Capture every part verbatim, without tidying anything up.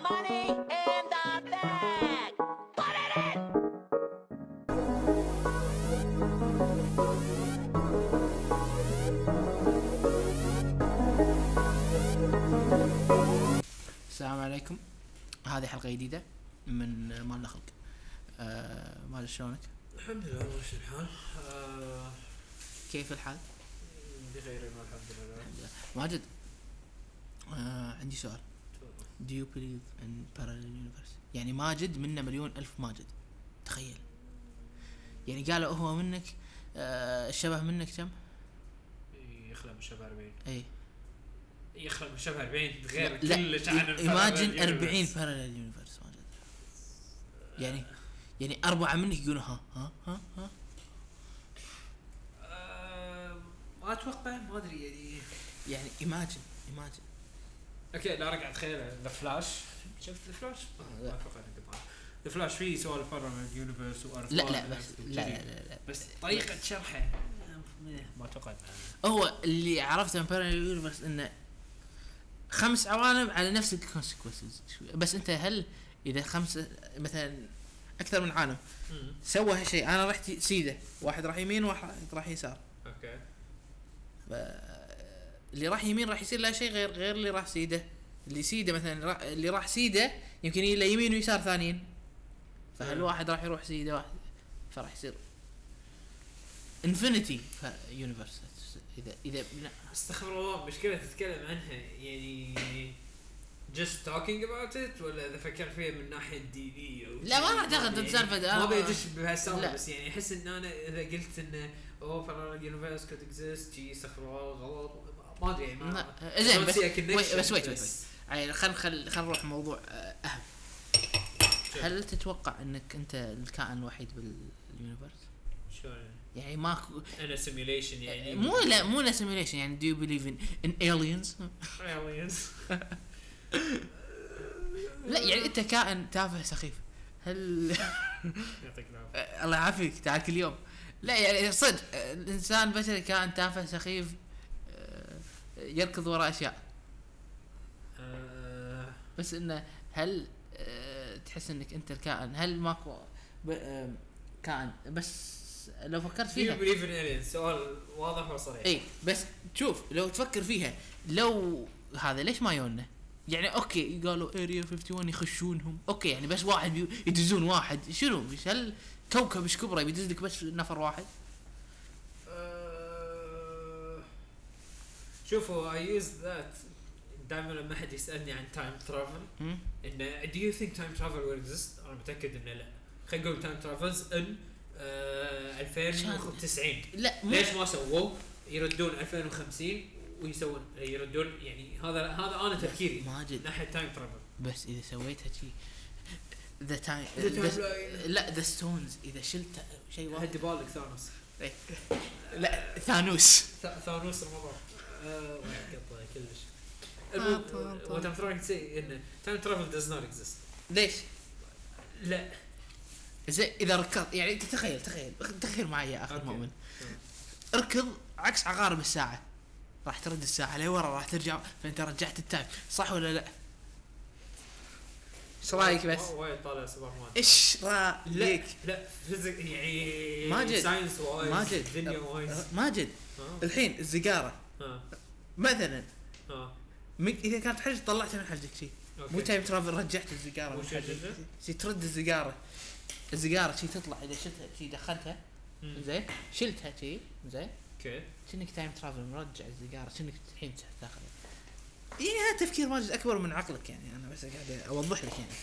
money in the bag. Put it in. السلام عليكم. هذه حلقة جديدة من مال خلق. آه مال شلونك؟ الحمد لله ماشي الحال. آه كيف الحال؟ بخير الحمد لله. الحمد لله. ماجد، آه عندي سؤال. Do you believe in parallel universe؟ يعني ماجد منا مليون ألف ماجد، تخيل. يعني قالوا هو منك آه الشبه منك كم؟ يخلق بالشبه أربعين. اي يخلق بالشبه أربعين غير لا كل شعن. imagine أربعين parallel universe ماجد. يعني يعني أربعة منك يقولوا ها ها ها ها آه ما أتوقع، ما أدري يعني. يعني imagine imagine أوكي لا رجع تخيل ذا فلاش. شفت ذا فلاش؟ ما أتوقع إنك تعرف. ذا فلاش فيه سوالف برا من اليونيفرس وأرض. لا لا بس لا لا لا, لا. بس طريقة شرحه ما أتوقع. هو اللي عرفته من parallel universe إنه خمس عوالم على نفس الكونسيكونسز. بس أنت هل إذا خمسة مثلا أكثر من عالم سوى هالشيء، أنا رحت سيدة، واحد راح يمين واحد راح يسار. أوكي. اللي راح يمين راح يصير لا شيء غير غير اللي راح سيدة. اللي سيدة مثلا راح اللي راح سيدة يمكن يلا يمين ويسار ثانيين، فهل واحد راح يروح سيدة واحد، فراح يصير انفينيتي يونيفرس. إذا إذا استغفر الله، مشكلة تتكلم عنها يعني just talking about it ولا إذا فكر فيها من ناحية دينية؟ لا ما أعتقد يعني تسالفة ما بيدش بهالسالفة، بس يعني أحس إن أنا إذا قلت إنه أوه parallel universe could exist شيء استغفر الله غلط، ما أدري يعني ما زين. بس ويت بس ويت ويت يعني خل خل خل نروح موضوع أهم. هل تتوقع إنك أنت الكائن الوحيد باليونيفرس؟ شلون يعني ماكو أنا simulation يعني مو لا مو لا simulation يعني do you believe in, in aliens؟ aliens. لا يعني أنت كائن تافه سخيف. هل يعطيك العافية. الله يعافيك تعال كل يوم. لا يعني صدق الإنسان بشري كائن تافه سخيف يركض وراء أشياء. بس إنه هل تحس إنك أنت الكائن؟ هل ماكو كائن بس لو فكرت فيها؟ Do you believe in aliens؟ سؤال واضح وصريح. اي بس شوف لو تفكر فيها، لو هذا ليش ما يوننا؟ يعني اوكي قالوا اريا واحد وخمسين يخشونهم، اوكي يعني بس واحد يدزون واحد، شنو مش هل كوكب ايش كبره بيدز لك بس نفر واحد؟ أه شوفوا I use that دائما لما حد يسألني عن time travel إنه do you think time travel will exist؟ أنا متأكد إنه لا. خلينا نقول time travels إن آه ألفين وتسعين. لا ليش ما سووا يردون ألفين وخمسين ويسوون يردون؟ يعني هذا هذا انا تفكيري ناحيه تايم ترافل. بس اذا سويتها شيء ذا تايم لا ذا ستونز اذا شلت شيء واحد هدي بالك ثانوس. لا ثانوس ثانوس رمضان اه قطه كلش. المهم وات ام تراينج تو سي ان تايم ترافل داز نوت اكزيست. ليش؟ لا زي اذا ركض يعني تخيل تخيل تخيل معي يا اخي مؤمن، اركض عكس عقارب الساعه راح ترد الساعه لورا راح ترجع، فانت رجعت التايم صح ولا لا؟ ايش رايك؟ بس وايد طالع سوبر مان. ايش رايك؟ لا فيزيك يعني ماجد ساينس وايد ماجد دنيا وايد ماجد الحين الزقاره ها مثلا ها اذا كانت حجر طلعتها من حجرك شيء مو تايم ترافل، رجعت الزقاره من حجرك شي ترد الزقاره الزقاره شي تطلع اذا شلتها شي دخلتها زين شلتها شي زين اوكي شنك تايم ترافل مرجع الزقاره شنك الحين تاخذها. يعني هذا تفكير ماجد اكبر من عقلك، يعني انا بس قاعد اوضح لك. يعني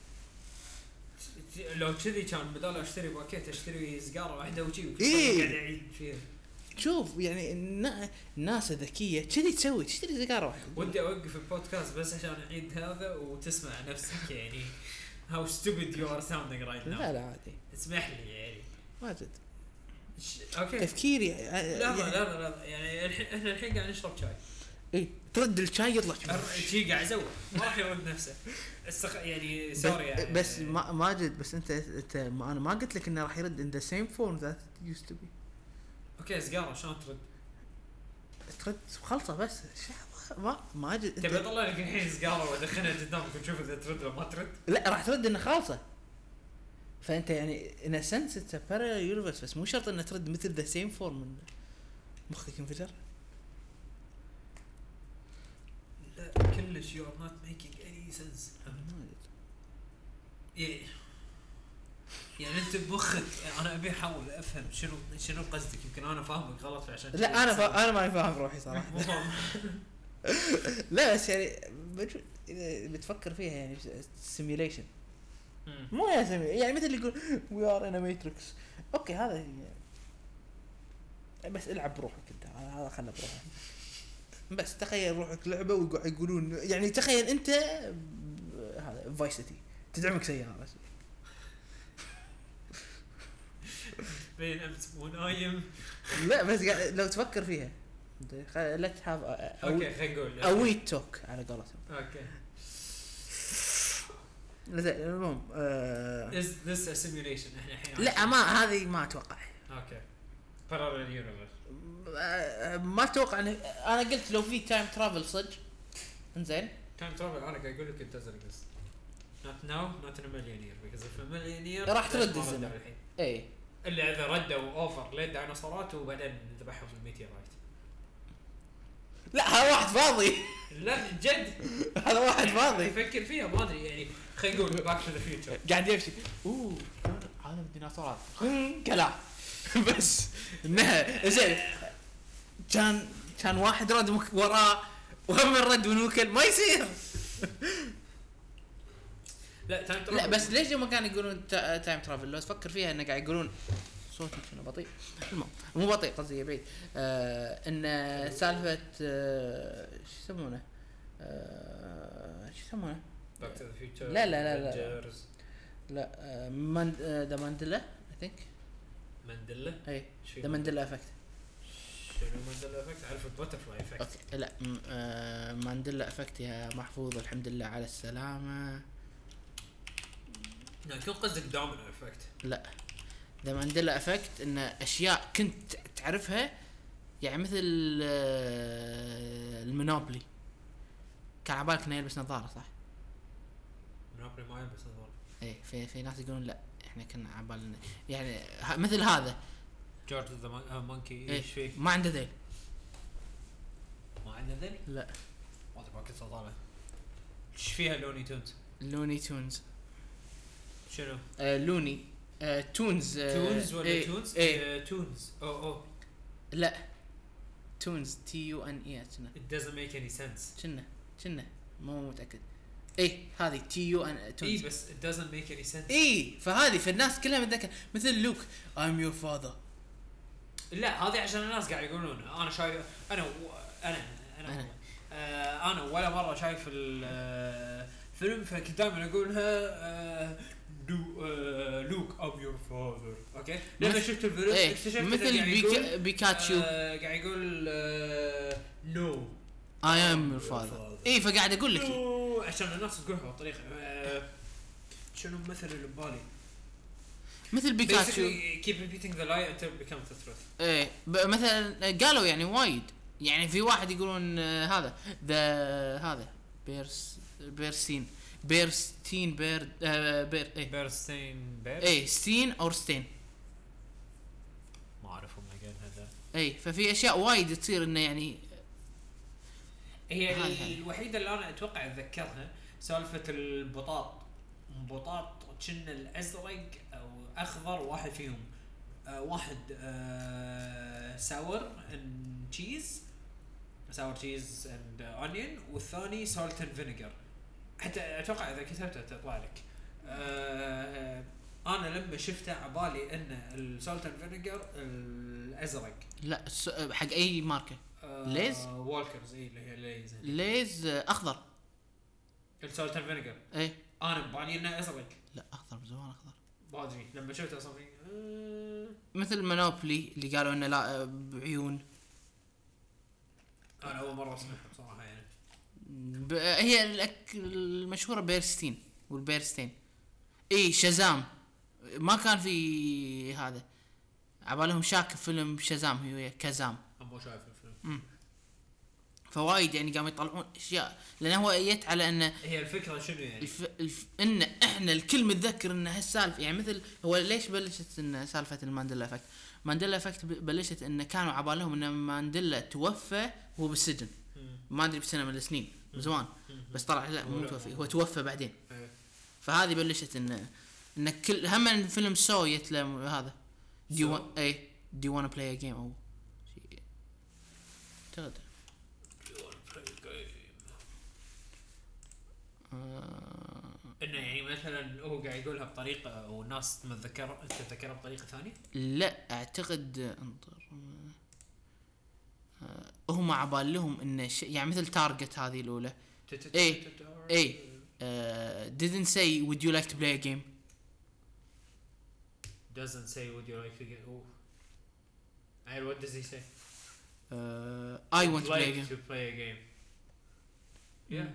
لو كذي كان بدال اشتري باكيت اشتري زقاره واحده وشي إيه؟ قاعد اعيد فيها. شوف يعني الناس ذكيه كذي تسوي تشتري زقاره واحده. ودي اوقف البودكاست بس عشان اعيد هذا وتسمع نفسك يعني how stupid you are sounding right now. لا لا عادي اسمح لي يعني ماجد اوكي تفكيري لا لا لا لا يعني الحين احنا الحين قاعد نشرب شاي. ايه ترد الشاي يطلع شيء قاعد ازود ما راح يرد نفسه استخ... يعني سوري يعني بس ما ماجد بس انت انت ما انا ما قلت لك انه راح يرد in the same form that it used to be. اوكي سجاره شلون ترد؟ ترد خلطه بس ما ما أدري أنت- تبي اطلع لك الحين سكارة وادخلها قدامك وتشوف اذا ترد ولا ما ترد. لا راح ترد انه خالصه. فانت يعني ان سنس انت بارا يونيفرس بس مو شرط انه ترد مثل ذا سيم فورم من مخك انفجر. لا كلش يو ار نوت ميكينج اني سنس. يعني يعني انت بمخك انا ابي احاول افهم شنو شنو قصدك. يمكن انا فاهمك غلط فعشان لا انا فا... انا ماني فاهم روحي صراحه. مو فاهم. لا بس يعني بتشوف اذا بتفكر فيها يعني سيميوليشن مم. مو يا سمي يعني مثل اللي يقول وي ار ان ماتريكس. اوكي هذا يعني بس العب بروحك انت هذا خله بروحك. بس تخيل روحك لعبه ويقعد يقولون يعني تخيل انت ب- هذا فايسيتي تدعمك سياره بس بين امس ونايم. لا بس قاعد- لو تفكر فيها لا تهاف اوكي خلينا نقول اوي توك على قولتهم. اوكي. زين المهم آه is this a simulation احنا الحين لا ما هذه ما اتوقع. اوكي parallel universe. آه، ما اتوقع ان انا قلت لو في تايم ترافل صدق انزين time travel انا قاعد اقول لك it doesn't exist. not now not in a million year because if a million year راح ترد ليش ما الزمن. ردوا الحين اي الا اذا ردوا اوفر للديناصورات وبعدين ذبحهم الميتيرايت. لا هذا واحد فاضي. لا جد هذا واحد فاضي افكر فيها ما ادري يعني. خلينا نقول باك تو ذا فيوتشر قاعد يمشي اوه عالم الديناصورات كلام بس انها زين كان كان واحد رد مك- وراه وهم الرد ونوكل ما يصير. لا تايم ترافل. لا بس ليش هم كانوا يقولون تا- تايم ترافل لو تفكر فيها انه قاعد يقولون صوتي شنو بطيء. المهم مو بطيء قصدي بعيد آه ان سالفه آه شو يسمونه آه شو يسمونه باك تو ذا فيوتشر. لا- لا- لا- لا. لا آه من ذا مانديلا اي ثينك مانديلا. اي شو ذا مانديلا افكت. شنو مانديلا افكت؟ عرفت باترفلاي افكت. اوكي لا م- آه مانديلا افكت يا محفوظ الحمد لله على السلامه. لا كان قصدك دومينو افكت. لا ذا مانديلا افكت ان اشياء كنت تعرفها يعني مثل آه المونوبولي كان عبالك انه يلبس نظاره صح؟ مونوبولي ما يلبس نظاره. ايه في في ناس يقولون لا احنا كنا عبالنا يعني ه- مثل هذا جورج ذا مونكي إيه ايش فيه؟ ما عنده ذيل. ما عنده ذني؟ لا ما ادري ما كنت اطالع. ايش فيها لوني تونز؟ لوني تونز شنو؟ آه لوني آه تونز آه تونز ولا إيه تونز؟ ايه آه، تونز. او او لا تونز تي يو ان اي كنا it doesn't make any sense. كنا كنا مو متاكد. ايه هذه تي يو ان اي تونز بس it doesn't make any sense. ايه فهذه فالناس كلها متذكر مثل لوك I'm your father. لا هذه عشان الناس قاعد يقولون انا شايف انا و... انا انا أنا. آه انا ولا مره شايف الفيلم فكنت دائما اقولها آه دو آه لوك اب يور فاذر. اوكي لما مثل- شفت الفيلم ايه اكتشفت إنه مثل قاعد يقول- بيكا بيكاتشو آه قاعد يقول نو I am your father. ايه فقاعد اقول لك نو عشان الناس تقولها بطريقه آه شنو المثل اللي ببالي مثل بيكاتشو. basically keep repeating the lie until it becomes the truth. ايه ب- مثلا قالوا يعني وايد يعني في واحد يقولون آه، هذا ذا هذا بيرس بيرستين بيرستين بير آه بير ايه بيرستين بير ايه ستين او ستين. ما اعرفهم اجين هذا. ايه ففي اشياء وايد تصير انه يعني هي هذه ال- هذه. الوحيده اللي انا اتوقع اتذكرها سالفه البطاط. بطاط كنا الازرق او اخضر واحد فيهم آه واحد آه ساور اند تشيز ساور تشيز اند اونيون والثاني سولت اند فينيجر. حتى اتوقع اذا كتبته تطلع لك. آه انا لما شفته عبالي ان السولت اند فينيجر الازرق. لا الس- حق اي ماركه. آه ليز؟ والكرز اي اللي هي ليز. ليز آه، اخضر. السولت اند فينيجر ايه انا ببالي انه ازرق. لا اخضر بزمان اخضر ما ادري لما شفته اصلا آه مثل مونوبولي اللي قالوا انه لا آه، بعيون. انا اول مره اسمعها بصراحه يعني. ب- هي الأك- المشهوره بيرستين والبيرستين. اي شازام ما كان في هذا عبالهم شاك فيلم شازام هي كازام. انا مو شايف الفيلم. فوايد يعني قاموا يطلعون اشياء، لان هو جت على ان هي الفكره شنو يعني؟ الف... الف... ان احنا الكل متذكر ان هالسالفه، يعني مثل هو ليش بلشت ان سالفه المانديلا افكت. مانديلا افكت بلشت ان كانوا عبالهم ان مانديلا توفى وهو بالسجن، ما ادري بسنه من السنين من زمان، بس طلع لا مو توفي، هو توفى بعدين. إيه. فهذه بلشت ان ان كل هم من فيلم سو يتلم هذا دي So؟ وان اي دي وان بلاي ا جيم او شيء اعتقد. آه، انه يعني مثلا هو قاعد يقولها بطريقه والناس تتذكر تتذكرها بطريقه ثانيه. لا اعتقد انطر آه، هم عبال لهم ان ش... يعني مثل تارجت هذه الاولى اي اي uh, didn't say would you like to play a game. doesn't say would you like to get oh and what does he say? uh, I want to play a like game. to play a game. yeah.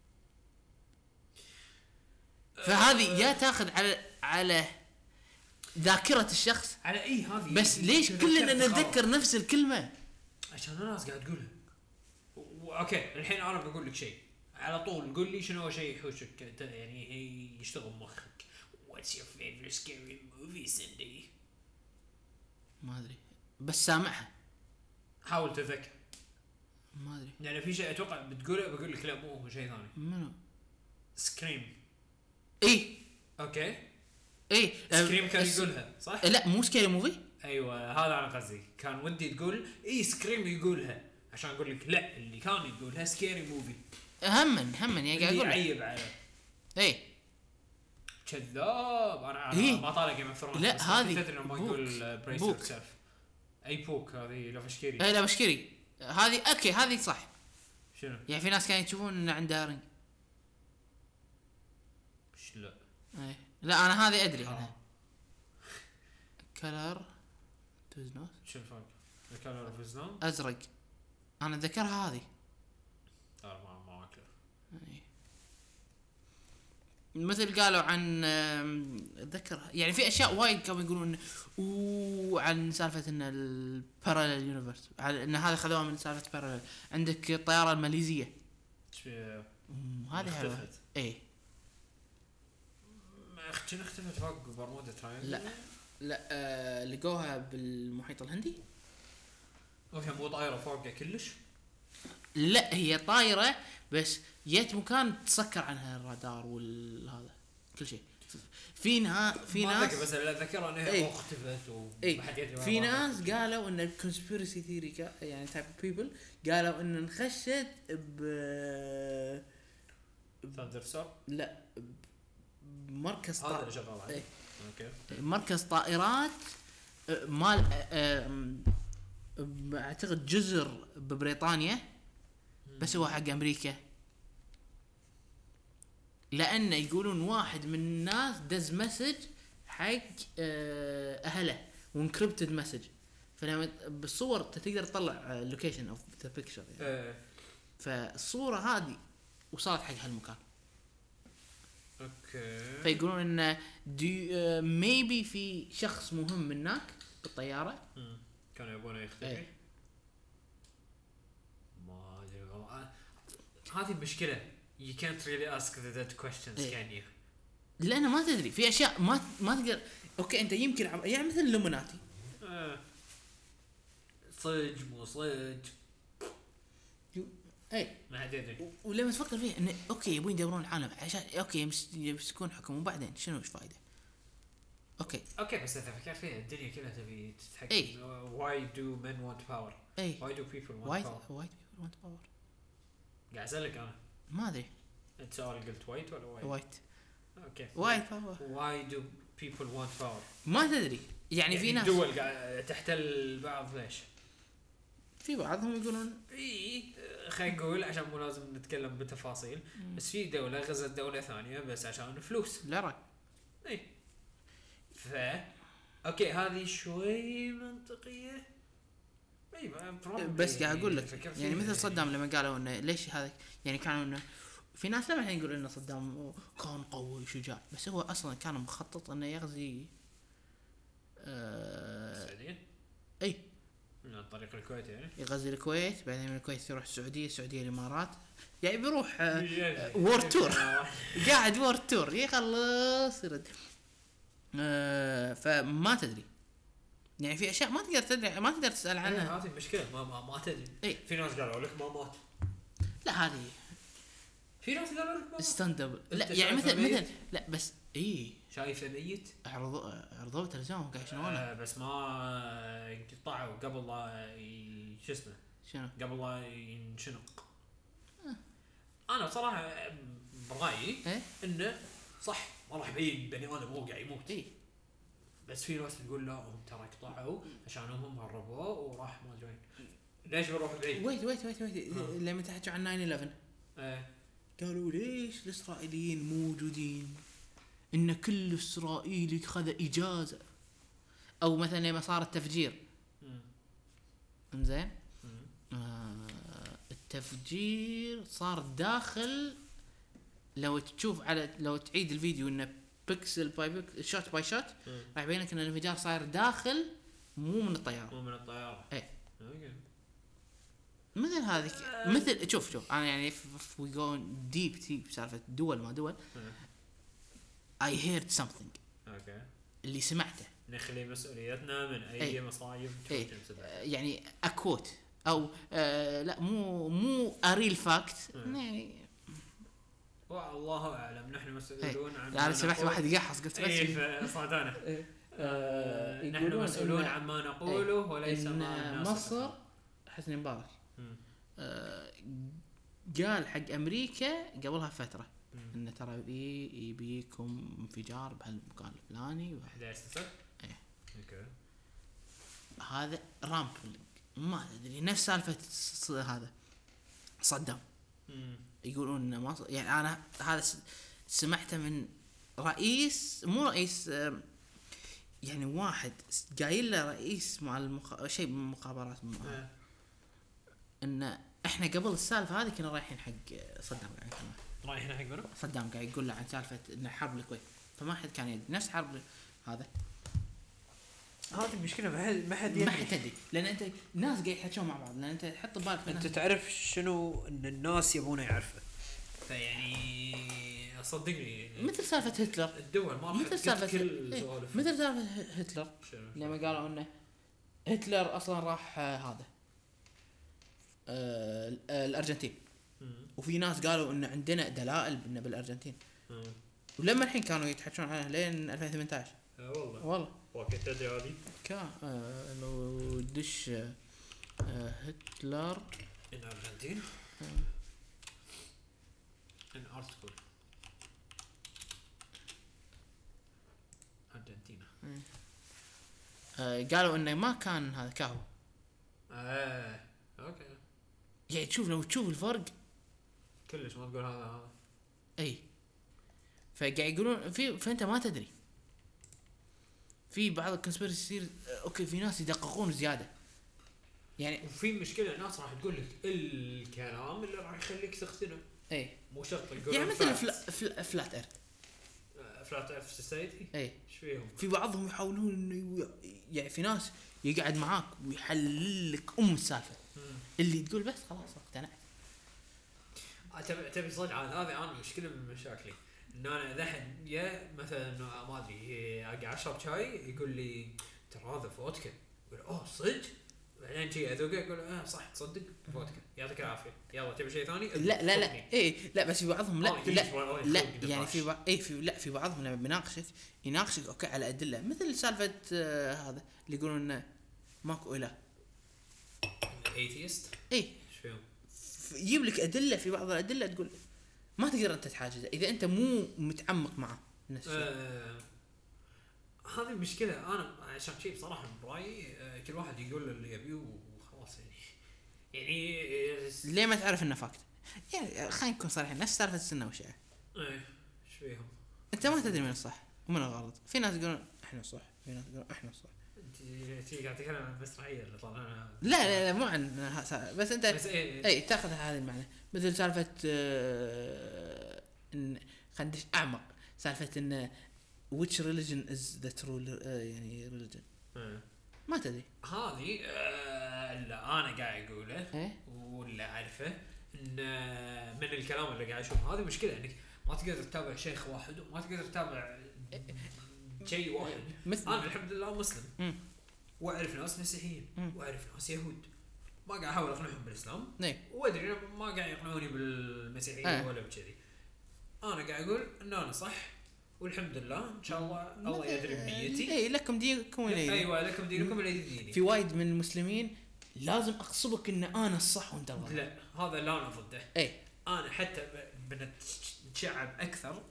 فهذه يا تاخذ على على ذاكرة الشخص على اي هذه بس ليش كلنا نتذكر نفس الكلمة؟ عشان الناس قاعد تقولها. و- اوكي الحين انا بقول لك شيء على طول، قول لي شنو هو شيء يحوشك ت- يعني هي يشتغل مخك. What's your favorite scary movie Cindy؟ ما ادري بس سامعها حاول تذكر. ما ادري يعني في شيء اتوقع بتقوله بقول لك لا مو هو شيء ثاني. منو. سكريم. اي اوكي اي سكريم كان أس- يقولها صح؟ لا مو سكيري موفي. ايوه هذا انا قصدي، كان ودي تقول اي سكريم يقولها عشان اقول لك لا اللي كان يقولها سكيري موفي. همن همن يعني قاعد اللي اقول لك. يعيب عليه اي كذاب. انا إيه؟ ما طالع جيم اوف ثرونز. لا، هذه تدري لما بوك. يقول بريس بوك. يور سيلف. اي بوك هذه لافشكيري. اي لا بشكري هذه اوكي هذه صح. شنو؟ يعني في ناس كانوا يشوفون ان عنده رنج. ايش لا اي لا انا هذه ادري آه. عنها. كلر توزنوس شو الفرق؟ الكلر اوف زنون؟ ازرق انا اتذكرها هذه. لا ما ما اكله. إي. مثل قالوا عن أم، اتذكر يعني في اشياء وايد كانوا يقولون وعن سالفه ان البارالل يونيفرس، ان هذا خذوها من سالفه بارالل. عندك الطياره الماليزيه ايش في أمم، هذه حلوه. اختفت؟ اي ما اختفت اختفت فوق برمودا تراينجل. لا لا آه لقوها بالمحيط الهندي. وهي مو طايره فوق كلش. لا هي طايره بس جت مكان تسكر عنها الرادار والهذا كل شيء. في نا في ما ناس أتذكر، بس الذاكره انها إيه. اختفت وما اي حد يدري وين في راحت. ناس قالوا ان الكونسبيرسي ثيوري يعني تايب بيبل قالوا ان انخشت ب ثاندر سور لا بمركز هذا طا... اللي شغال عليه. إيه. اوكي مركز طائرات آه، مال آه، آم، ب- اعتقد جزر ببريطانيا بس هو حق امريكا، لان يقولون واحد من الناس دز مسج حق آه، اهله وانكربتد مسج، فلما بالصور انت تقدر تطلع لوكيشن اوف ذا بيكتشر يعني. ايه فالصوره هذه وصلت حق هالمكان. اوكي فيقولون ان ميبي في شخص مهم هناك بالطياره. مم. كانوا يبونه يختفي. إيه. ما ادري والله. آه، هذه المشكله. You can't really ask the dead questions إيه. can you؟ لانه ما تدري في اشياء ما ما تقدر. اوكي انت يمكن عم... يعني مثل اللومناتي آه. صج مو صج اي ما حد يدري. و- ولما تفكر فيه انه اوكي يبون يدورون العالم عشان اوكي يمس- يمسكون حكم وبعدين شنو ايش فايده. اوكي اوكي بس اذا فكرت فيها الدنيا كلها تبي تتحكم. إيه. Why do men want power؟ اي Why do people want وايد power؟ وايد بيبل وانت باور. قاعد اسالك انا. ما ادري انت سؤال قلت وايت ولا وايد؟ وايد اوكي وايد باور Why do people want power؟ ما تدري يعني في ناس دول قاعد تحتل بعض ليش؟ في بعضهم يقولون اي خلينا نقول عشان مو لازم نتكلم بتفاصيل، بس في دولة غزت دولة ثانية بس عشان فلوس. لا اي ف اوكي هذه شوي منطقية. اي بس قاعد اقول لك يعني مثل صدام لما قالوا انه ليش هذا يعني كانوا انه في ناس لما الحين يقولون ان صدام كان قوي وشجاع بس هو اصلا كان مخطط انه يغزي آه السعودية. اي عن طريق الكويت يعني يغزي الكويت، بعدين من الكويت يروح السعوديه، السعوديه الامارات، يعني بيروح وور تور قاعد وور تور يخلص يرد. آه فما تدري يعني في اشياء ما تقدر تدري، ما تقدر تسال عنها. هذه المشكله ما ما, ما تدري. إيه؟ في ناس قالوا لك ما مات، لا هذه في ناس قالوا لك ما مات. ستاند لا أنت يعني شايفه مثل ميت؟ مثل لا بس اي شايفه ميت عرضوا عرضوا تلفزيون قاعد شلونه آه بس ما قطعوا قبل لا ي- شو اسمه شنو قبل لا ينشنق. انا بصراحه برايي ايه انه صح ما راح يبين بني ادم وهو قاعد يموت، اي بس في ناس تقول لا هم ترى قطعوا عشان هم هربوه وراح ما ادري وين. ليش بروح بعيد؟ ويت ويت ويت ويت آه. لما تحكوا عن ناين إليفن ايه قالوا ليش الاسرائيليين موجودين، ان كل اسرائيلي خذ اجازه، او مثلا لما صار التفجير مم. انزين مم. آه التفجير صار داخل، لو تشوف على لو تعيد الفيديو انه بيكسل باي بيكسل شوت باي شوت مم. راح يبينك ان الانفجار صاير داخل مو من الطياره. مو من الطياره. ايه اوكي مثل هذه مثل شوف شوف انا يعني وي جو ديب ديب سالفه دول ما دول. I heard something اوكي اللي سمعته نخلي مسؤوليتنا من اي إيه. مصايب ايه تنسدح. يعني اكوت او آه لا مو مو اريل فاكت مم. يعني والله اعلم نحن مسؤولون عن لا انا سمعت واحد يقحص قلت بس ايه صادانا إيه. آه، نحن يقولون مسؤولون إن- عما نقوله وليس إن ما الناس مصر يفعلون. حسني مبارك مم. آه قال حق امريكا قبلها فتره مم. ان ترى يبي يبيكم انفجار بهالمكان الفلاني وه- إحدى عشر ستة؟ إيه. اوكي هذا رامبلينج ما ادري نفس سالفه ص- هذا صدام مم. يقولون إن مصر يعني انا هذا س- سمعته من رئيس مو رئيس آم، يعني واحد س- قايل له رئيس مع المخ... شيء من المخابرات من آه. ان احنا قبل السالفه هذه كنا رايحين حق صدام قاعد يتكلم. رايحين حق منو؟ صدام قاعد يقول له عن سالفه ان حرب الكويت فما حد كان يدري نفس حرب هذا هذه المشكله ما حد ما حد ما حد تدري لان انت ناس قاعد يحكون مع بعض لان انت حط ببالك في انت ناس- تعرف شنو ان الناس يبونه يعرفه فيعني صدقني مثل سالفه هتلر الدول ما راح مثل تقد سالفه كل إيه، سوالف مثل سالفه هتلر شنو؟ لما قالوا انه هتلر اصلا راح آه، هذا آه آه، الارجنتين مم. وفي ناس قالوا ان عندنا دلائل انه بالارجنتين مم. ولما الحين كانوا يتحكون عنها لين ألفين وثمانية عشر آه والله والله وكنت تدري هذه كا آه لو دش آه آه، هتلر ان ارجنتين آه، ان ارتكل ارجنتينا آه قالوا انه ما كان هذا كاهو اه اوكي يعني تشوف لو تشوف الفرق كلش ما تقول هذا هذا اي فقاعد يقولون في فانت ما تدري في بعض الكونسبيرسي اوكي في ناس يدققون زياده يعني وفي مشكله ناس راح تقول لك الكلام اللي راح يخليك تقتنع اي مو شرط يقول يعني مثل فلا فلا فلات ايرث فلات ايرث سوسايتي اي ايش فيهم؟ في بعضهم يحاولون انه يو- يعني في ناس يقعد معاك ويحلل لك ام السالفه اللي تقول بس خلاص اقتنعت تبي تبي صدق عن هذه انا مشكله من مشاكلي ان انا ذحين يا مثلا ما ادري قاعد اشرب شاي يقول لي ترى هذا فودكا يقول اوه صدق بعدين شي اذوقه يقول اه صح تصدق فودكا يعطيك العافيه يلا تبي شيء ثاني لا لا لا اي لا بس في بعضهم لا آه، لا يجلس ولا- لا يخلق يعني نقاش. في بعض اي في لا في بعضهم لما بيناقشك يناقشك اوكي على ادله مثل سالفه آه هذا اللي يقولون انه ماكو اله ايثيست اي ايش فيهم؟ ف- يجيب لك ادله في بعض الادله تقول ما تقدر انت تحاجزه اذا انت مو متعمق معه نفس الشيء. آه هذه المشكله انا عشان شيء بصراحه برايي آه كل واحد يقول اللي يبيه وخلاص يعني يعني آه، ليه ما تعرف انه فاكت يعني خلينا نكون صريحين نفس سالفه السنه والشيعه ايه ايش فيهم؟ انت ما تدري من الصح ومن الغلط في ناس يقولون احنا صح في ناس يقولون احنا صح انت تي قاعد تتكلم عن المسرحيه اللي طلعنا لا لا, لا مو عن ها- سا- بس انت بس ايه اي تاخذ هذا المعنى مثل سالفه آه، ان خلينا ندش اعمق سالفه ان which religion is the true uh, يعني religion آه. ما تدري هذه آه لا انا قاعد اقوله ايه ولا اعرفه ان آه، من الكلام اللي قاعد اشوفه. هذه مشكله انك ما تقدر تتابع شيخ واحد وما تقدر تتابع شيء واحد. مثل انا الحمد لله مسلم مم. واعرف ناس مسيحيين مم. واعرف ناس يهود، ما قاعد احاول اقنعهم بالاسلام ايه وادري إنهم ما قاعد يقنعوني بالمسيحيه آه. ولا بكذي. انا قاعد اقول ان انا صح والحمد لله ان شاء الله الله يدري بنيتي. اي لكم دينكم ولي دين. ايوه لكم دينكم ولي ديني. في وايد من المسلمين لازم اغصبك ان انا الصح وانت الغلط. لا هذا لا انا ضده. اي انا حتى بنتشعب اكثر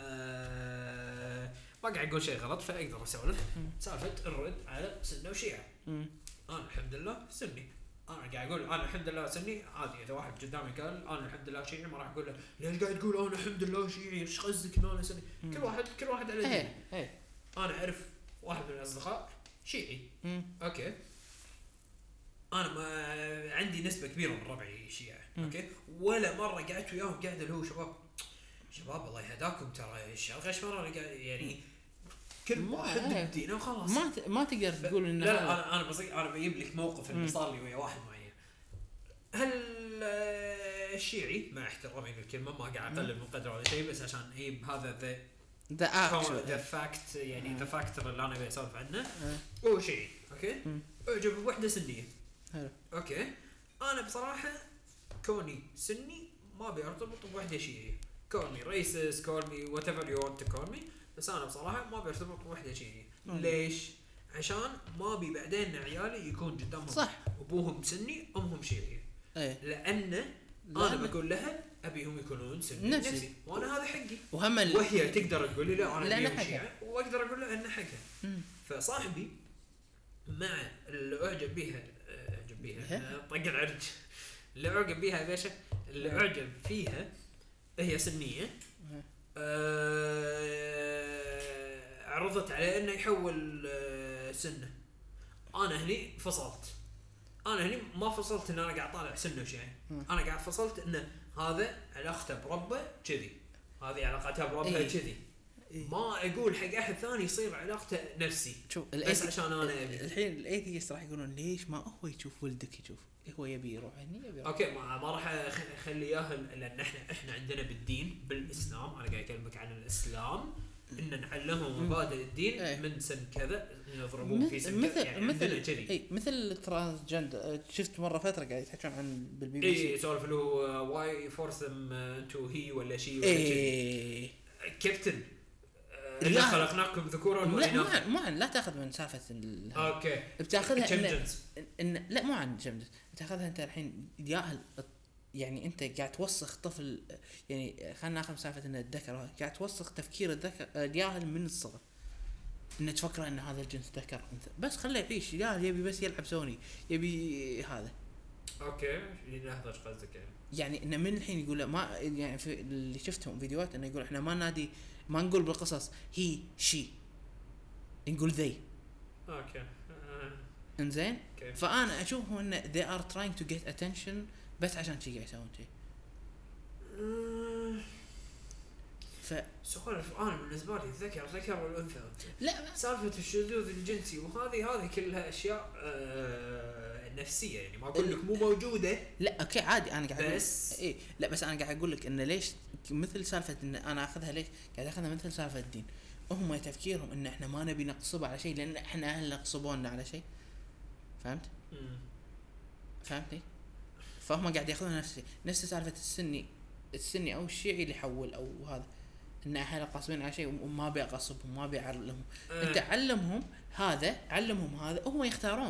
أه ما قاعد اقول شيء غلط فاقدر اسولف سالفه الرد على سنه وشيعه. مم. انا الحمد لله سني، انا قاعد اقول انا الحمد لله سني عادي. اذا واحد قدامي قال انا الحمد لله شيعي ما راح اقول له ليش قاعد تقول انا الحمد لله شيعي، ايش قصدك ان انا سني؟ مم. كل واحد كل واحد على دينه. ايه ايه انا اعرف واحد من الاصدقاء شيعي مم. اوكي، انا ما عندي نسبه كبيره من ربعي شيعه اوكي، ولا مره قعدت وياهم قاعد اللي هو شباب شباب الله يهداكم ترى الشغش مره قاعد يعني كل واحد ايه. بدينه وخلاص. ما ت... ما تقدر تقول ان لا, لا هذا- انا انا بصير انا بجيب لك موقف اللي صار لي ويا واحد معين. هل آه، الشيعي مع احترامي للكلمه ما قاعد اقلل من قدره ولا شيء، بس عشان هي بهذا ذا ذا ذا اكشن فاكت يعني ذا فاكتور اللي انا ابي اسولف عنه إيه. هو شيعي اوكي. مم. اعجب بوحده سنيه حلو اوكي. انا بصراحه كوني سني ما بيرتبط بوحده شيعيه. كول مي ريسس كول مي وات ايفر يو ونت تو كول مي، بس انا بصراحه ما بيرتبط بوحده شيعيه. مم. ليش؟ عشان ما بي بعدين عيالي يكون قدامهم صح ابوهم سني امهم شيعيه، ايه لان لا، انا لا. بقول لها ابيهم يكونون سني نفسي. نفسي وانا هذا حقي. وهم ال... وهي تقدر تقول لي لا انا لا، أنا ابيهم حقها. شيعه واقدر اقول لها انه حقها. مم. فصاحبي مع اللي اعجب بيها اعجب بيها بيها؟ آه، طق العرج اللي اعجب بيها يا باشا اللي اعجب فيها هي سنيه. آه، عرضت عليه انه يحول آه، سنه. انا هني فصلت، انا هني ما فصلت ان انا قاعد طالع سنه وشيء، انا قاعد فصلت انه هذا علاقته بربه كذي، هذه علاقتها بربها إيه. كذي. إيه. ما اقول حق احد ثاني يصير علاقته نفسي شوف بس الأيثي- عشان انا ابي. الحين الايثيست راح يقولون ليش ما هو يشوف ولدك يشوف هو يبي يروح هني يبي يروح. اوكي ما, ما راح أخ- اخلي اياها لان احنا احنا عندنا بالدين بالاسلام، انا قاعد اكلمك عن الاسلام ان نعلمهم مبادئ الدين إيه. من سن كذا يضربون في مثل سن كذا مثل يعني عندنا مثل كذي. اي مثل الترانسجندر. شفت مره فتره قاعد يتحكون عن بالبي بي اي سي يسولف اللي هو واي فورس ذم انتو هي ولا شيء ولا كذي. اي كابتن لا. احنا خلقناكم ذكورا لا مو واناثا. عن مو عن لا تاخذ من سالفه ال- اوكي بتاخذها إن, جمجنز. ان لا مو عن جمد بتاخذها انت الحين ياهل يعني انت قاعد توسخ طفل. يعني خلينا ناخذ سالفه ان الذكر قاعد توسخ تفكير الذكر الياهل من الصغر، انه تفكر ان هذا الجنس ذكر انثى. بس خليه يعيش الياهل يبي بس يلعب سوني يبي هذا. اوكي لحظه ايش قصدك يعني؟ يعني انه من الحين يقول له ما يعني في اللي شفتهم فيديوهات انه يقول احنا ما نادي ما نقول بالقصص هي شي نقول ذي. اوكي آه. انزين اوكي فانا اشوفه ان they are trying to get attention بس عشان شي قاعد يسوون شي. آه. ف سوالف انا بالنسبه لي الذكر ذكر والانثى لا سالفه الشذوذ الجنسي وهذه هذه كلها اشياء آه نفسيه يعني ما اقول لك مو موجوده لا اوكي عادي انا قاعد بس اي لا بس انا قاعد اقول لك انه ليش مثل سالفه ان انا اخذها ليش قاعد اخذها مثل سالفه الدين. هم تفكيرهم ان احنا ما نبي نقصبه على شيء لان احنا اهلنا غصبونا على شيء. فهمت؟ مم. فهمتني؟ فهم قاعد ياخذون نفس نفس سالفه السني السني او الشيعي اللي يحول او هذا ان اهله قاصبين على شيء وما ابي اغصبهم ما ابي اعلمهم. آه. انت علمهم هذا علمهم هذا وهم يختارون.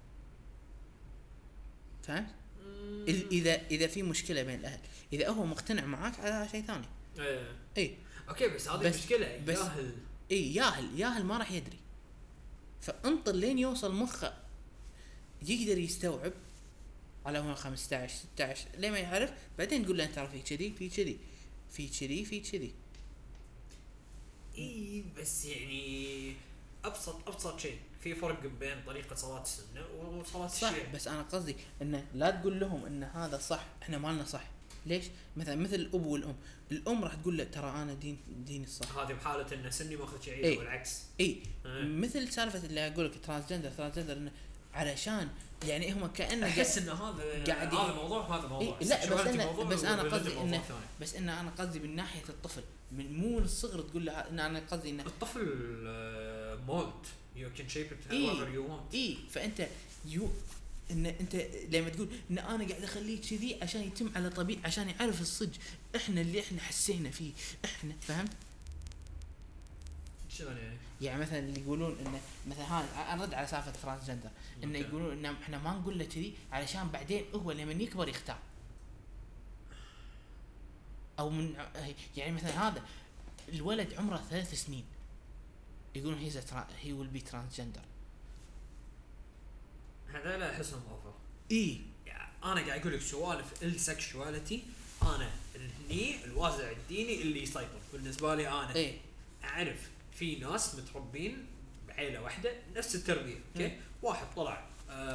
فهمت؟ مم. إذ- اذا اذا في مشكله بين الاهل اذا هو مقتنع معاك على شيء ثاني. ايه اي اوكي بس هذه بس- مشكله بس- ياهل اي ياهل ياهل ما راح يدري. فانطر لين يوصل مخه يقدر يستوعب على عمر خمسة عشر ستة عشر ليه ما يعرف بعدين تقول له انت ترى في كذي في كذي في كذي في كذي. اي بس يعني ابسط ابسط شيء في فرق بين طريقه صلاه السنه وصلاه صح الشيعة. بس انا قصدي انه لا تقول لهم ان هذا صح احنا مالنا صح. ليش مثلا مثل الاب والام الام راح تقول له ترى انا دين ديني الصح هذه بحاله ان سني ماخذ شيء إيه. والعكس. اي إيه. مثل سالفه اللي اقول لك ترانسجندر ترانسجندر إنه علشان يعني هم كانه احس ان هذا قاعد هذا موضوع وهذا موضوع. إيه لا بس sexuality انا موضوع بس انا والreligion قصدي موضوع انه ثاني. بس انه انا قصدي من ناحيه الطفل من مو من الصغر تقول له ان انا قصدي انه الطفل مولد يو كان شيب ات إيه. however you want. اي فانت يو ان انت لما تقول ان انا قاعد اخليه كذي عشان يتم على طبيعي عشان يعرف الصدق احنا اللي احنا حسينا فيه احنا فهمت شلون يعني؟ يعني مثلا اللي يقولون انه مثلا هذا ارد على سالفه ترانسجندر انه أوكي. يقولون ان احنا ما نقول له كذي علشان بعدين هو لما يكبر يختار او من يعني مثلا هذا الولد عمره ثلاث سنين يقولون هي هي ويل بي ترانسجندر هذا لا احسهم اوفر. اي يعني انا قاعد اقول لك سوالف السكشواليتي انا هني الوازع الديني اللي يسيطر بالنسبه لي. انا اي اعرف في ناس متربين بعيله واحده نفس التربيه. اوكي واحد طلع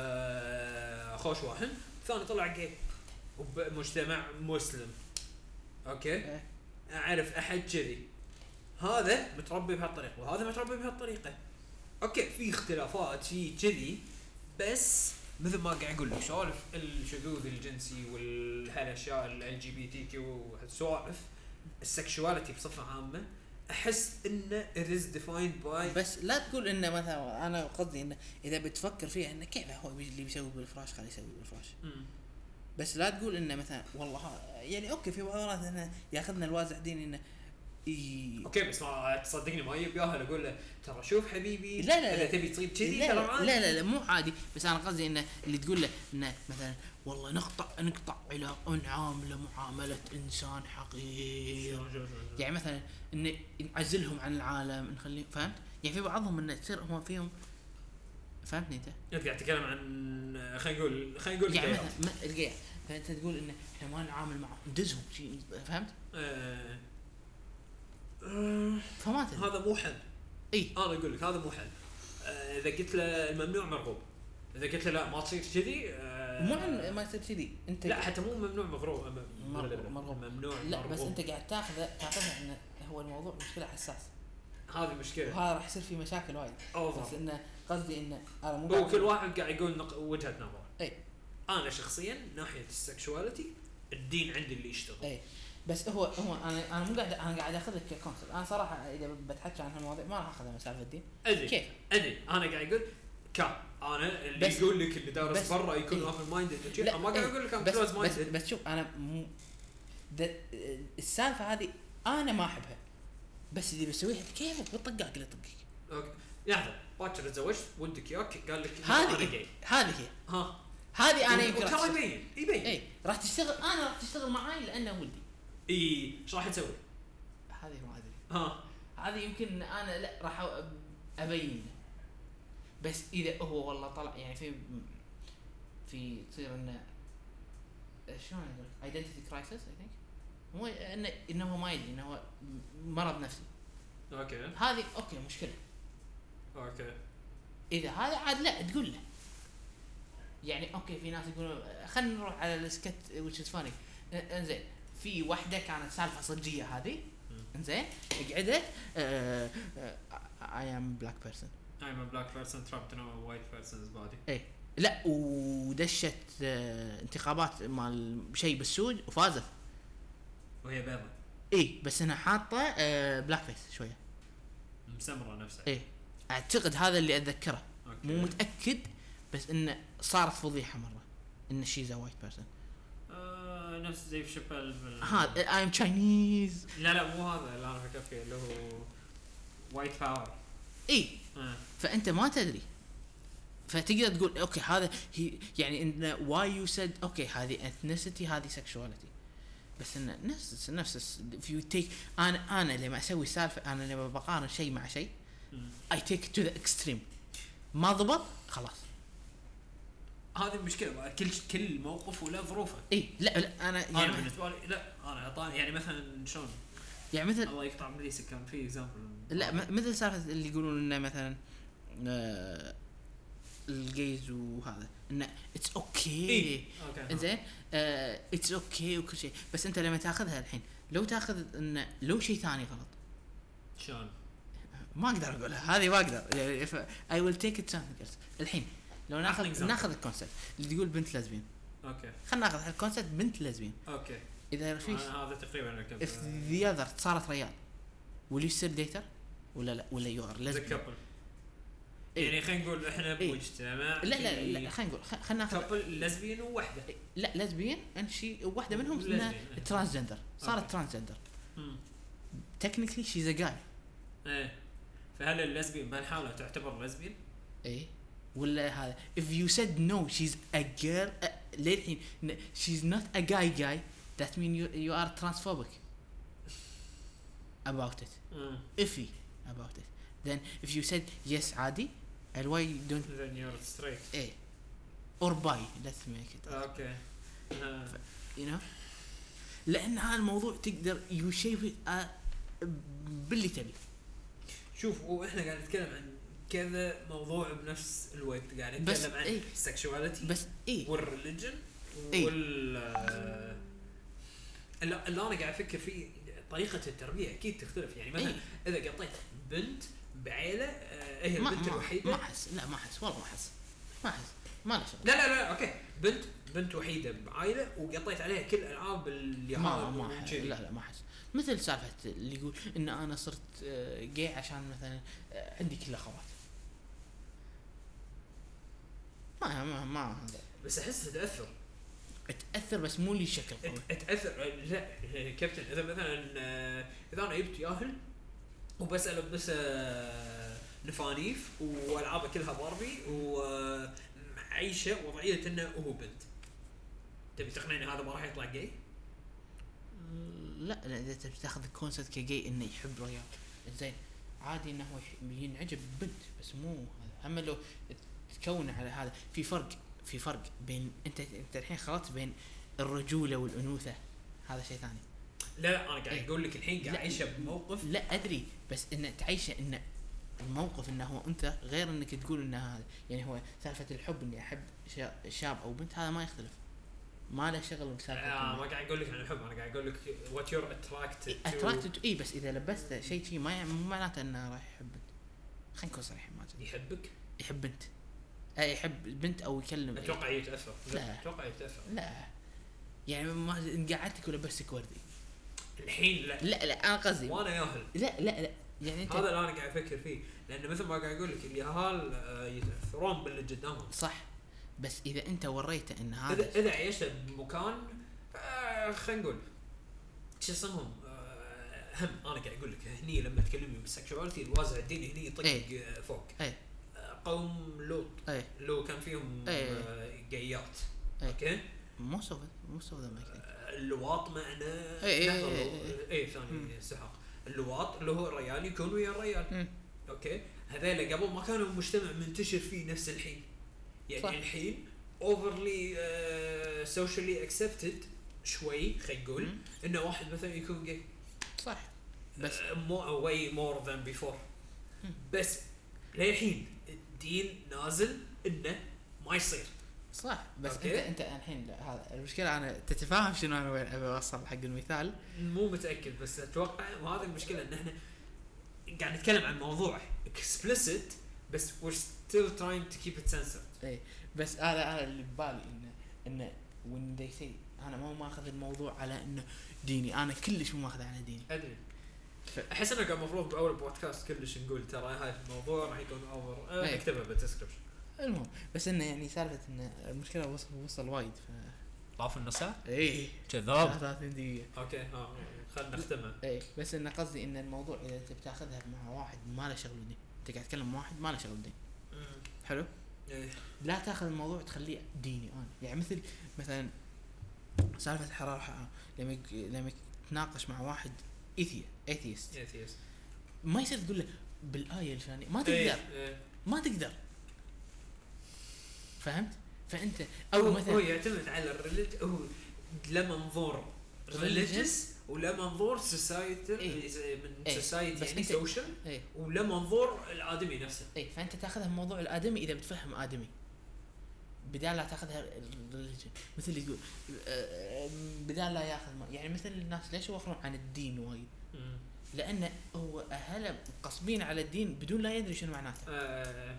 آه خوش واحد ثاني طلع جاي وبمجتمع مسلم. اوكي إيه. اعرف احد كذي هذا متربي بهالطريقه وهذا متربي بهالطريقه. اوكي في اختلافات في كذي بس مثل ما قاعد اقول لك سوالف الشذوذ الجنسي والهالاشياء ال جي بي تي كيو والسوالف السكشواليتي بصفه عامه احس انه it is defined by. بس لا تقول انه مثلا انا قصدي انه اذا بتفكر فيها انه كيف هو اللي بيسوي بالفراش خليه يسوي بالفراش. مم. بس لا تقول انه مثلا والله ها- يعني اوكي في بعض انه ياخذنا الوازع ديني انه ي... اوكي بس ما تصدقني ما يجيب ياهل اقول له ترى شوف حبيبي لا لا اذا لا. تبي تصير كذي لا ترى لا, عادي. لا لا لا مو عادي بس انا قصدي انه اللي تقول له انه مثلا والله نقطع نقطع علاقه نعامله معامله انسان حقير يعني مثلا ان نعزلهم عن العالم نخليهم فهمت يعني في بعضهم انه تصير هم فيهم فهمتني انت انت قاعد تتكلم عن خلينا نقول خلينا نقول يعني الجيات. مثلا ما- الجيع فانت تقول انه احنا ما نعامل معهم ندزهم شيء فهمت آه. آه. فما تدري هذا مو حل. اي انا اقول لك هذا مو حل. آه. اذا قلت له الممنوع مرغوب اذا قلت له لا ما تصير كذي آه. مو عن ما يصير كذي انت لا حتى مو ممنوع مغروب م- مرغوب- مرغوب. ممنوع لا مرغوب. بس انت قاعد تاخذ تاخذها انه هو الموضوع مشكله حساس هذه مشكله. وهذا راح يصير فيه مشاكل وايد بس اوفر. انه قصدي انه انا مو هو قاعد كل واحد قاعد يقول نق... وجهه نظره. اي انا شخصيا ناحيه السكشواليتي الدين عندي اللي يشتغل. اي بس هو هو انا انا مو قاعد انا قاعد اخذ لك ككونسبت انا صراحه اذا بتحكي عن هالمواضيع ما راح اخذها من سالفه الدين ادري كيف ادري انا قاعد اقول كا انا اللي بس- يقول لك اللي دارس بس- برا يكون إيه. اوبن مايندد لا، ما قاعد إيه. اقول لك ام بس كلوز بس, مايندد. بس شوف انا مو د- السالفه هذه انا ما احبها بس اللي بيسويها كيفك بالطقاق اللي يطقك اوكي لحظه باكر تزوجت ودك ياك قال لك هذه أنا جاي. هذه هي ها هذه انا يمكن راح ترى تشتغل- يبين يبين اي راح تشتغل انا راح تشتغل معاي لانه ولدي اي ايش راح تسوي؟ هذه ما ادري ها هذه يمكن إن انا لا راح أ- ابين بس اذا هو والله طلع يعني في في تصير انه شلون اقول ايدنتيتي كرايسس اي ثينك هو انه انه هو ما يدري انه هو مرض نفسي اوكي هذه اوكي مشكله اوكي اذا هذا عاد لا تقول له يعني اوكي في ناس يقولون خلينا نروح على السكت which is funny انزين في واحده كانت سالفه صجيه هذه انزين قعدت اي ام بلاك بيرسون I'm a black person trapped in a white person's body. ايه لا ودشت آه، انتخابات مال شيء بالسود وفازت وهي بيضة ايه بس انا حاطه آه، بلاك فيس شويه مسمرة نفسها. ايه اعتقد هذا اللي اتذكره أوكي. مو متاكد بس انه صارت فضيحه مره ان شيز ا وايت بيرسون آه نفس زي شابل بال... هذا اي ام تشاينيز لا لا مو هذا اللي انا فكرت فيه اللي هو وايت باور. ايه آه. فانت ما تدري فتقدر تقول اوكي هذا هي يعني ان واي يو سيد اوكي هذه اثنيسيتي هذه سكشواليتي بس ان نفس نفس if you take انا انا لما اسوي سالفه انا لما بقارن شيء مع شيء اي تيك تو ذا اكستريم ما ضبط خلاص هذه المشكلة كل كل موقف وله ظروفه. اي لا لا انا انا يعني بالنسبة لي لا انا اعطاني يعني مثلا شلون يعني مثل الله يقطع مليسك كان في اكزامبل لا م- مثل سالفه اللي يقولون انه مثلا آه الجيز وهذا انه اتس اوكي إيه. اوكي زين اتس اوكي وكل شيء. بس انت لما تاخذها الحين لو تاخذ انه لو شيء ثاني غلط شلون ما اقدر اقولها هذه ما اقدر يعني اي ويل تيك ات الحين لو أعطني ناخذ example. ناخذ الكونسبت اللي تقول بنت لازبين اوكي خلينا ناخذ الكونسبت بنت لازبين اوكي اذا في آه هذا تقريبا كم if the other صارت ريال will you still date her ولا لا ولا you are ذا lesbian كابل إيه. يعني خلينا نقول احنا إيه. بمجتمع لا لا لا خلينا نقول خلينا ناخذ كابل لزبيان ووحده لا لازبين انت شيء واحده منهم lesbian. انها ترانسجندر صارت أوكي. ترانسجندر امم technically she's a guy ايه فهل اللزبيان بهالحاله تعتبر لزبيان؟ ايه ولا هذا if you said no she's a girl uh, للحين n- she's not a guy guy that mean you you are transphobic about it امم iffy about it then if you said yes عادي and why you don't then you're straight ايه or bi let's make it اوكي آه. you know لان هذا الموضوع تقدر you shape it uh, باللي تبي شوف واحنا قاعد نتكلم عن كذا موضوع بنفس الوقت قاعد بس نتكلم عن إيه. sexuality بس ايه والريليجن إيه. وال آه، اللي اللي انا قاعد افكر فيه طريقه التربيه اكيد تختلف يعني مثلا إيه. اذا قطيت بنت بعيله آه، هي ما البنت ما الوحيده ما احس لا ما احس والله ما احس ما احس ما له شغل لا لا لا اوكي بنت بنت وحيده بعائله وقطيت عليها كل العاب اليهال ما ما أحس. وكذي. لا لا ما احس مثل سالفه اللي يقول ان انا صرت جاي عشان مثلا آه، عندي كل اخوات ما ما ما هذا بس احس تاثر تاثر بس مو لي شكل قوي تاثر لا كابتن اذا مثلا آه، اذا انا جبت ياهل وبساله بس آه، نفانيف والعابه كلها باربي وعيشه وضعيه انه هو بنت تبي تقنعني هذا ما راح يطلع جاي؟ لا لا اذا تبي تاخذ الكونسبت كجاي انه يحب ريال زين عادي انه هو يح- ينعجب ببنت بس مو هذا. اما لو تكون على هذا في فرق في فرق بين انت انت الحين خلطت بين الرجوله والانوثه هذا شيء ثاني. لا لا انا قاعد إيه. اقول لك الحين قاعد لا. عايشه بموقف لا ادري بس ان تعيشه ان الموقف انه هو انثى غير انك تقول انه هذا يعني هو سالفه الحب اني احب شا- شاب او بنت هذا ما يختلف ما له شغل بسالفه آه ما قاعد اقول لك عن الحب انا قاعد اقول لك وات يور اتراكتد اتراكتد اي بس اذا لبست شيء شيء ما مو معناته انه راح يحب بنت. خلينا نكون صريحين ماجد يحبك يحب بنت اي يحب بنت او يكلم اتوقع يتاثر لا. اتوقع يتاثر لا يعني ما إن قعدتك ولبستك وردي الحين لا لا لا انا قصدي وانا ياهل لا لا لا يعني انت هذا اللي انا قاعد افكر فيه لان مثل ما قاعد اقول لك اليهال آه، يتاثرون باللي قدامهم صح بس اذا انت وريته ان هذا اذا اذا عيشت بمكان آه، خلينا نقول شو اسمهم آه، هم انا قاعد اقول لك هني لما تكلمني بالسكشواليتي الوازع الديني هني يطق إيه. آه، فوق اي آه، قوم لوط اي لو كان فيهم إيه. آه، قيات إيه. اوكي مو سوف مو سوف ذا مايك اللواط معنا إيه، نهر إيه، لو- إيه. ايه ثاني سحاق اللواط اللي هو الريال يكون ويا الريال مم. اوكي هذيلا قبل ما كانوا مجتمع منتشر فيه نفس الحين يعني صح. صح. الحين overly uh, socially accepted شوي خلينا نقول مم. انه واحد مثلا يكون جاي صح بس uh, more way more than before مم. بس للحين الدين نازل انه ما يصير صح بس أوكي. انت انت الحين لا، هذا المشكله انا تتفاهم شنو انا وين ابي اوصل حق المثال مو متاكد بس اتوقع وهذه المشكله ان احنا قاعد نتكلم عن موضوع explicit بس we're still trying to keep it censored اي بس انا انا اللي ببالي انه انه when they say انا ما ماخذ الموضوع على انه ديني انا كلش مو ماخذ على ديني ادري ف- احس انه كان المفروض باول بودكاست كلش نقول ترى هاي الموضوع راح يكون اوفر إيه. نكتبها بالدسكربشن المهم بس انه يعني سالفه انه المشكله وصل وصل وايد ف طاف النص ساعه اي كذاب ثلاثين دقيقه اوكي ها خلينا نختمها اي بس انه قصدي ان الموضوع اذا انت بتاخذها مع واحد ما له شغل بدين انت قاعد تتكلم مع واحد ما له شغل بدين حلو إيه. لا تاخذ الموضوع تخليه ديني انا يعني مثل مثلا سالفه الحراره لما يك- لما تناقش مع واحد ايثيا ايثيست يس يس ما يصير تقول له بالايه الفلانيه ما إيه، تقدر إيه. ما تقدر فهمت فانت او او هو مثلا يعتمد على الريليج هو لا منظور ريليجيوس ولا منظور سوسايتي إيه. من إيه. سوسايتي بس يعني أنت- سوشيال اي ولا منظور الادمي نفسه اي فانت تاخذها من موضوع الادمي اذا بتفهم ادمي بدال لا تاخذها الريليجن مثل اللي يقول آه، بدال لا ياخذ ما يعني مثل الناس ليش يوخرون عن الدين وايد مم. لان هو اهله قصبين على الدين بدون لا يدري شنو معناته آه،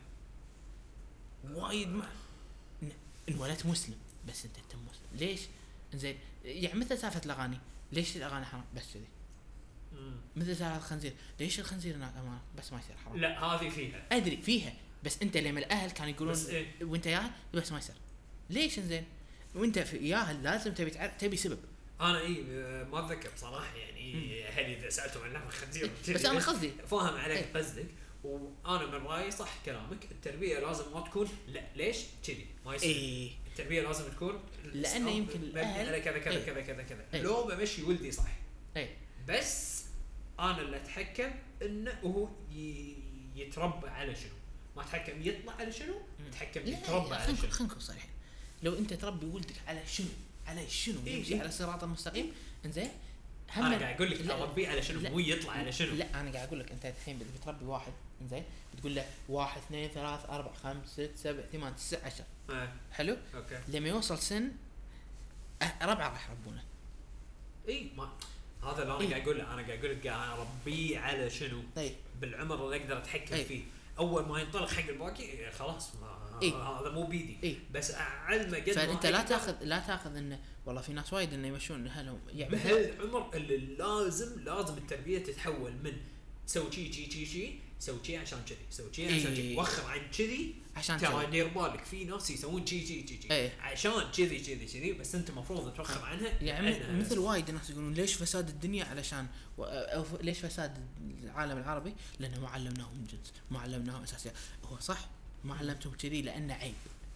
وايد ما إن- انولدت مسلم بس انت انت مسلم ليش زين يعني مثل سالفه الاغاني ليش الاغاني حرام بس كذي مم. مثل سالفه الخنزير ليش الخنزير هناك امان بس ما يصير حرام لا هذه فيها ادري فيها بس انت لما الاهل كانوا يقولون بس إيه؟ وانت ياهل بس ما يصير ليش انزين وانت في ياهل لازم تبي تعرف تبي سبب انا اي ما اتذكر بصراحه يعني اهلي اذا سالتهم عن لحم الخنزير بس انا قصدي فاهم عليك إيه. قصدك وانا من رايي صح كلامك التربيه لازم ما تكون لا ليش كذي ما يصير ايه التربيه لازم تكون لأنه يمكن مبني الأهل- على كذا كذا إيه. كذا كذا كذا إيه. لو بمشي ولدي صح ايه بس انا اللي اتحكم انه هو ي- يتربى على شنو ما اتحكم يطلع على شنو اتحكم لا يتربى لا على خلينا شنو خلينا نكون صريحين لو انت تربي ولدك على شنو على شنو إيه يمشي إيه. على الصراط المستقيم انزين انا قاعد اقول لك لا- اربيه على شنو لا. مو يطلع على شنو لا انا قاعد اقول لك انت الحين بدك تربي واحد انزين بتقول له واحد اثنين ثلاث اربع خمس ست سبع ثمان تسع عشر آه. حلو اوكي لما يوصل سن أه، ربعه راح يربونه اي ما هذا اللي انا إيه. قاعد اقول انا قاعد اقول لك قاعد اربيه على شنو طيب بالعمر اللي اقدر اتحكم إيه. فيه اول ما ينطلق حق الباقي خلاص ما إيه. هذا مو بيدي إيه. بس اعلمه قد ما فانت لا أقدر تاخذ لا تاخذ انه والله في ناس وايد انه يمشون اهلهم يعني مثل بهالعمر اللي لازم لازم التربيه تتحول من سوي شي شي شي شي سوي شي عشان كذي سوي شي عشان كذي إيه. وخر عن كذي عشان ترى كذا. دير بالك في ناس يسوون شي شي شي شي إيه. عشان كذي كذي كذي بس انت المفروض توخر عنها يعني لأنها- مثل وايد ناس يقولون ليش فساد الدنيا علشان و- أو ف- ليش فساد العالم العربي لانه ما علمناهم جنس ما علمناهم اساسيات هو صح ما علمتهم كذي لانه عيب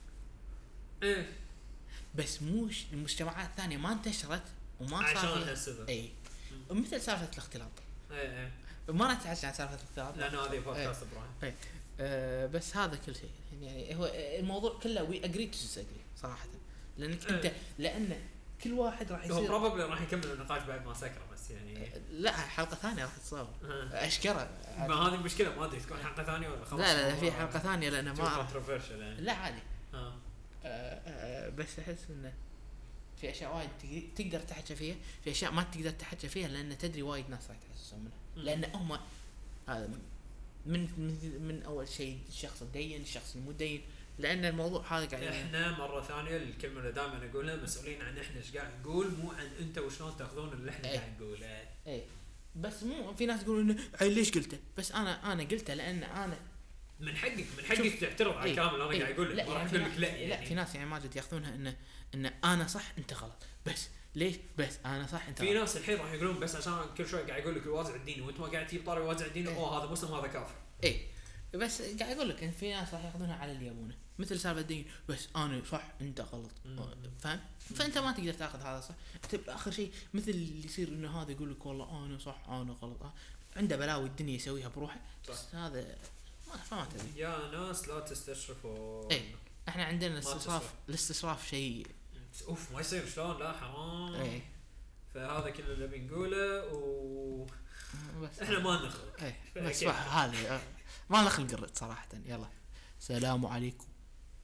ايه بس مو ش- المجتمعات الثانيه ما انتشرت وما صار عشان فيها- هالسبب اي مثل سالفه الاختلاط ايه ايه ما نتحدث عن سالفه الاختلاط لانه هذه بودكاست ابراهيم أه بس هذا كل شيء يعني هو الموضوع كله وي اجري تو ديساجري صراحه لانك انت إيه. لان كل واحد راح هو يصير بروبلي راح يكمل النقاش بعد ما سكر بس يعني لا حلقه ثانيه راح تصور آه. اشكره ما هذه المشكله ما ادري تكون حلقه ثانيه ولا خلاص لا لا, لا في حلقه ثانيه لان ما أعرف. كونتروفيرشل يعني لا عادي اه أه أه بس احس انه في اشياء وايد تقدر- تقدر تحكي فيها في اشياء ما تقدر تحكي فيها لان تدري وايد ناس راح يتحسسون منها مم. لان هم هذا من من من اول شيء الشخص الدين الشخص المدين لان الموضوع هذا قاعد احنا مره ثانيه الكلمه اللي دائما اقولها مسؤولين عن احنا ايش قاعد نقول مو عن انت وشلون تاخذون اللي احنا إيه. قاعد نقوله اي بس مو في ناس يقولون إنه، "عيل ليش قلته بس انا انا قلته لان انا من حقك من حقك شوف. تعترض على إيه. الكلام اللي انا إيه. قاعد اقوله لا ما راح يعني في اقول لك لا ناس- يعني لا في ناس يعني ماجد ياخذونها انه انه انا صح انت غلط بس ليش بس انا صح انت في غلط. ناس الحين راح يقولون بس عشان كل شوي قاعد يقول لك الوازع الديني وانت ما قاعد تجيب طاري الوازع الديني إيه. اوه هذا مسلم هذا كافر اي بس قاعد اقول لك ان في ناس راح ياخذونها على اللي يبونه مثل سالفه الدين بس انا صح انت غلط مم. فاهم فانت ما تقدر تاخذ هذا صح انت اخر شيء مثل اللي يصير انه هذا يقول لك والله انا صح انا غلط آه. عنده بلاوي الدنيا يسويها بروحه بس صح. هذا ما فما تدري يا ناس لا تستشرفوا إيه. احنا عندنا ما الاستصراف تصير. الاستصراف شيء اوف ما يصير شلون لا حرام اي فهذا كل اللي بنقوله و بس احنا ما نخرج ايه فأكيد. بس هذه آه، ما نخلق الرد صراحه يلا سلام عليكم